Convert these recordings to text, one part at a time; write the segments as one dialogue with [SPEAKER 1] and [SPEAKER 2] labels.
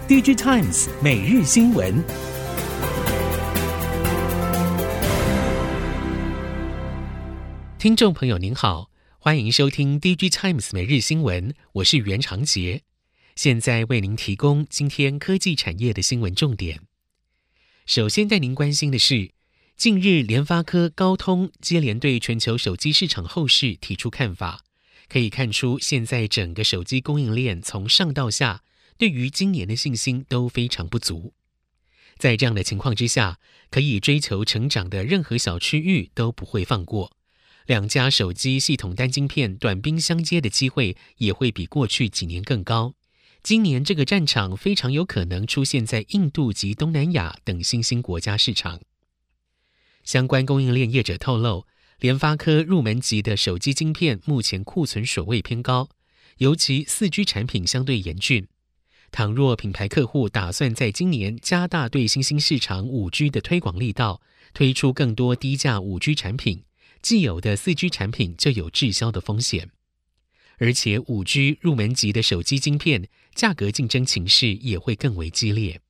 [SPEAKER 1] DG Times 每日新闻。听众朋友您好，欢迎收听 DG Times 每日新闻，我是袁长杰，现在为您提供今天科技产业的新闻重点。首先带您关心的是，近日联发科、高通接连对全球手机市场后市提出看法，可以看出现在整个手机供应链从上到下对于今年的信心都非常不足。在这样的情况之下，可以追求成长的任何小区域都不会放过，两家手机系统单晶片短兵相接的机会也会比过去几年更高。今年这个战场非常有可能出现在印度及东南亚等新兴国家市场。相关供应链业者透露，联发科入门级的手机晶片目前库存水位偏高，尤其 4G 产品相对严峻。倘若品牌客户打算在今年加大对新兴市场 5G 的推广力道，推出更多低价 5G 产品，既有的 4G 产品就有滞销的风险。而且 5G 入门级的手机晶片价格竞争情势也会更为激烈。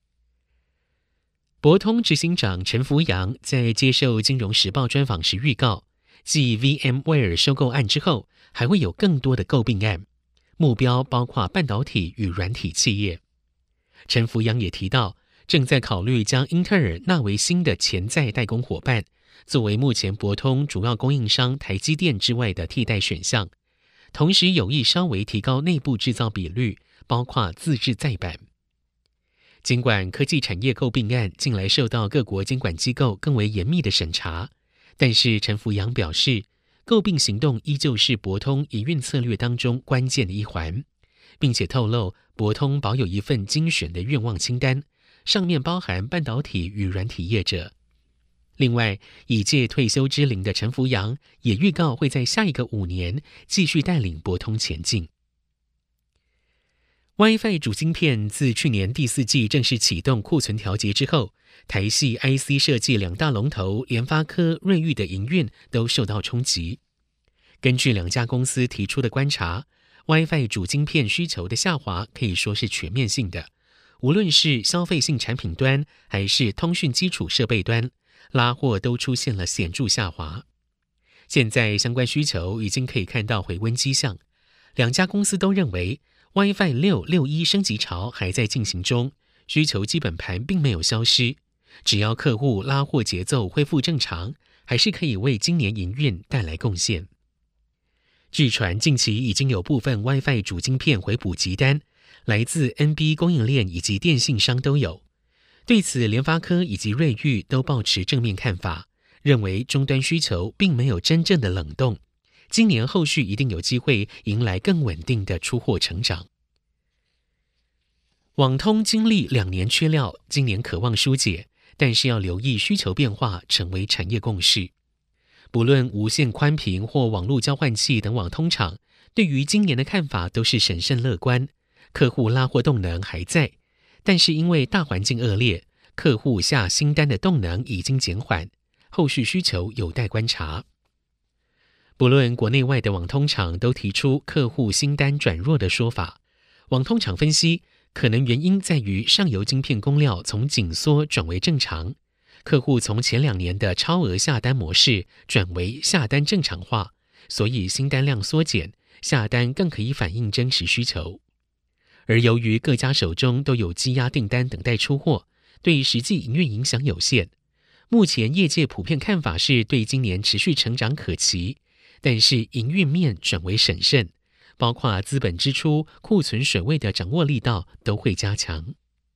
[SPEAKER 1] 博通执行长陈福阳在接受《金融时报》专访时预告，继 VMware 收购案之后，还会有更多的购并案，目标包括半导体与软体企业。陈福阳也提到，正在考虑将英特尔纳为新的潜在代工伙伴，作为目前博通主要供应商台积电之外的替代选项，同时有意稍微提高内部制造比率，包括自制再版。尽管科技产业购并案近来受到各国监管机构更为严密的审查，但是陈福阳表示，购并行动依旧是博通营运策略当中关键的一环，并且透露博通保有一份精选的愿望清单，上面包含半导体与软体业者。另外，已届退休之龄的陈福阳也预告会在下一个5年继续带领博通前进。WiFi 主晶片自去年第4季正式启动库存调节之后，台系 IC 设计两大龙头联发科、瑞昱的营运都受到冲击。根据两家公司提出的观察， WiFi 主晶片需求的下滑可以说是全面性的，无论是消费性产品端还是通讯基础设备端，拉货都出现了显著下滑。现在相关需求已经可以看到回温迹象，两家公司都认为WiFi 6、6E 升级潮还在进行中，需求基本盘并没有消失，只要客户拉货节奏恢复正常，还是可以为今年营运带来贡献。据传近期已经有部分 WiFi 主晶片回补急单，来自 NB 供应链以及电信商都有。对此，联发科以及瑞昱都抱持正面看法，认为终端需求并没有真正的冷冻，今年后续一定有机会迎来更稳定的出货成长。网通经历2年缺料，今年渴望疏解，但是要留意需求变化，成为产业共识。不论无线宽频或网络交换器等网通厂，对于今年的看法都是审慎乐观，客户拉货动能还在，但是因为大环境恶劣，客户下新单的动能已经减缓，后续需求有待观察。不论国内外的网通厂都提出客户新单转弱的说法，网通厂分析，可能原因在于上游晶片供料从紧缩转为正常，客户从前2年的超额下单模式转为下单正常化，所以新单量缩减，下单更可以反映真实需求。而由于各家手中都有积压订单等待出货，对实际营运影响有限。目前业界普遍看法是对今年持续成长可期，但是营运面转为审慎，包括资本支出、库存水位的掌握力道都会加强。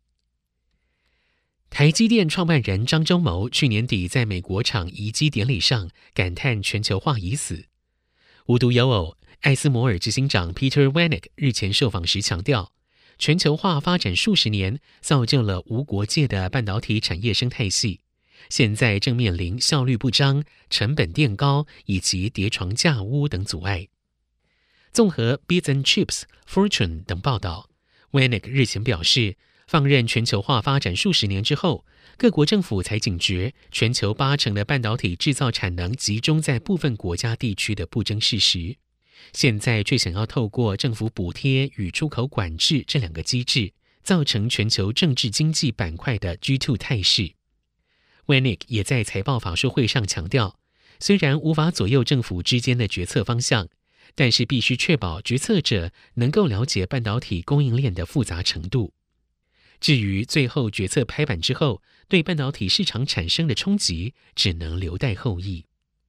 [SPEAKER 1] 台积电创办人张忠谋去年底在美国厂移机典礼上感叹全球化已死。无独有偶，艾斯摩尔执行长 Peter Wennink 日前受访时强调，全球化发展数十年，造就了无国界的半导体产业生态系，现在正面临效率不彰、成本垫高以及叠床架屋等阻碍。综合 Bits and Chips、Fortune 等报道， Wennink 日前表示，放任全球化发展数十年之后，各国政府才警觉全球80%的半导体制造产能集中在部分国家地区的不争事实，现在却想要透过政府补贴与出口管制这2个机制， 造成全球政治经济板块的 G2 态势。Wernick 也在财报法说会上强调，虽然无法左右政府之间的决策方向，但是必须确保决策者能够了解半导体供应链的复杂程度。至于最后决策拍板之后对半导体市场产生的冲击，只能留待后议。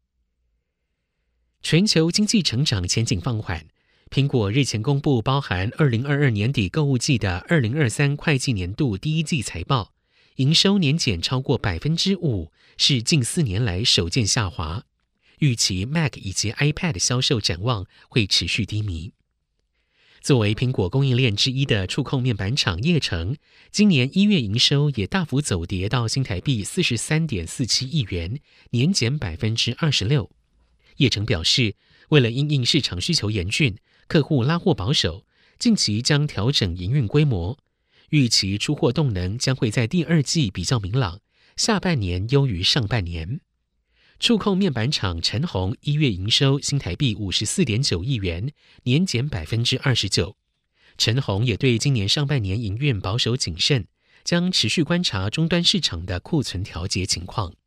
[SPEAKER 1] 全球经济成长前景放缓，苹果日前公布包含2022年底购物季的2023会计年度第一季财报，营收年减超过 5%， 是近4年来首见下滑。预期 Mac 以及 iPad 销售展望会持续低迷。作为苹果供应链之一的触控面板厂业成，今年1月营收也大幅走跌到新台币 43.47 亿元，年减 26%。业成表示，为了因应市场需求严峻，客户拉货保守，近期将调整营运规模，预期出货动能将会在第2季比较明朗，下半年优于上半年。触控面板厂陈鸿1月营收新台币 54.9 亿元，年减 29%。陈鸿也对今年上半年营运保守谨慎，将持续观察终端市场的库存调节情况。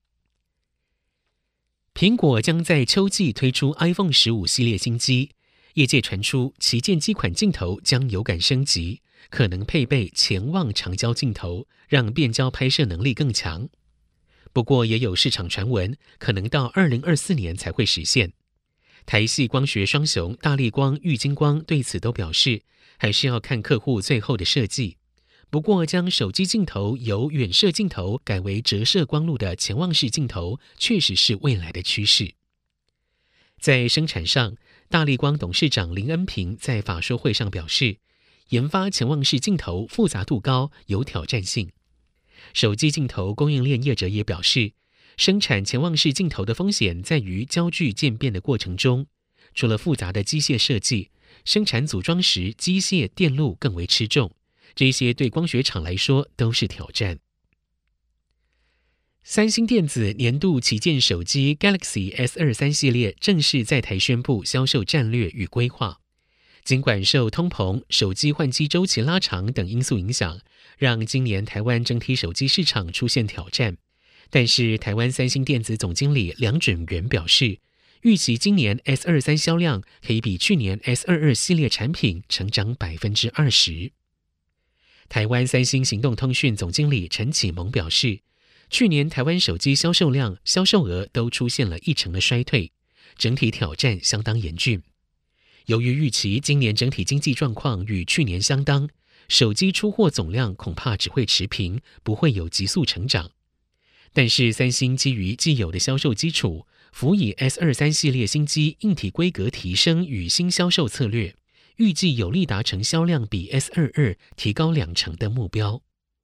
[SPEAKER 1] 苹果将在秋季推出 iPhone 15系列新机，业界传出旗舰机款镜头将有感升级，可能配备潜望长焦镜头，让变焦拍摄能力更强。不过也有市场传闻，可能到2024年才会实现。台系光学双雄大立光、玉晶光对此都表示，还是要看客户最后的设计。不过将手机镜头由远摄镜头改为折射光路的潜望式镜头，确实是未来的趋势。在生产上，大立光董事长林恩平在法说会上表示，研发潜望式镜头复杂度高，有挑战性。手机镜头供应链业者也表示，生产潜望式镜头的风险在于焦距渐变的过程中，除了复杂的机械设计，生产组装时机械电路更为吃重，这些对光学厂来说都是挑战。三星电子年度旗舰手机 Galaxy S23 系列正式在台宣布销售战略与规划。尽管受通膨、手机换机周期拉长等因素影响，让今年台湾整体手机市场出现挑战，但是台湾三星电子总经理梁准元表示，预期今年 S23 销量可以比去年 S22 系列产品成长 20%。台湾三星行动通讯总经理陈启蒙表示，去年台湾手机销售量、销售额都出现了1成的衰退，整体挑战相当严峻。由于预期今年整体经济状况与去年相当，手机出货总量恐怕只会持平，不会有急速成长。但是三星基于既有的销售基础，辅以 S23 系列新机硬体规格提升与新销售策略，预计有力达成销量比 S22 提高2成的目标。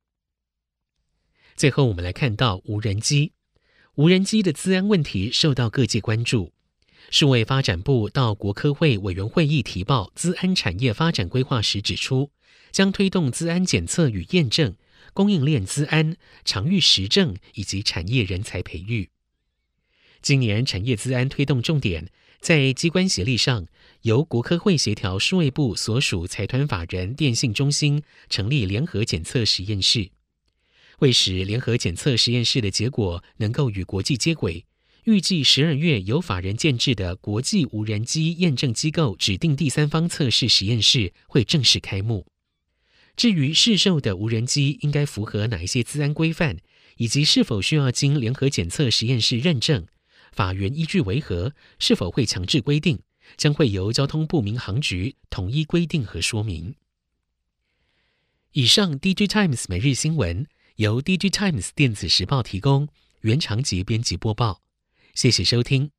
[SPEAKER 1] 最后我们来看到无人机。无人机的资安问题受到各界关注。数位发展部到国科会委员会议提报资安产业发展规划时指出，将推动资安检测与验证、供应链资安、场域实证以及产业人才培育。今年产业资安推动重点在机关协力上，由国科会协调数位部所属财团法人电信中心成立联合检测实验室，为使联合检测实验室的结果能够与国际接轨，预计12月由法人建制的国际无人机验证机构指定第三方测试实验室会正式开幕。至于市售的无人机应该符合哪一些资安规范，以及是否需要经联合检测实验室认证，法源依据为何，是否会强制规定，将会由交通部民航局统一规定和说明。以上 DG Times 每日新闻由 DG Times 电子时报提供，袁长杰编辑播报。谢谢收听。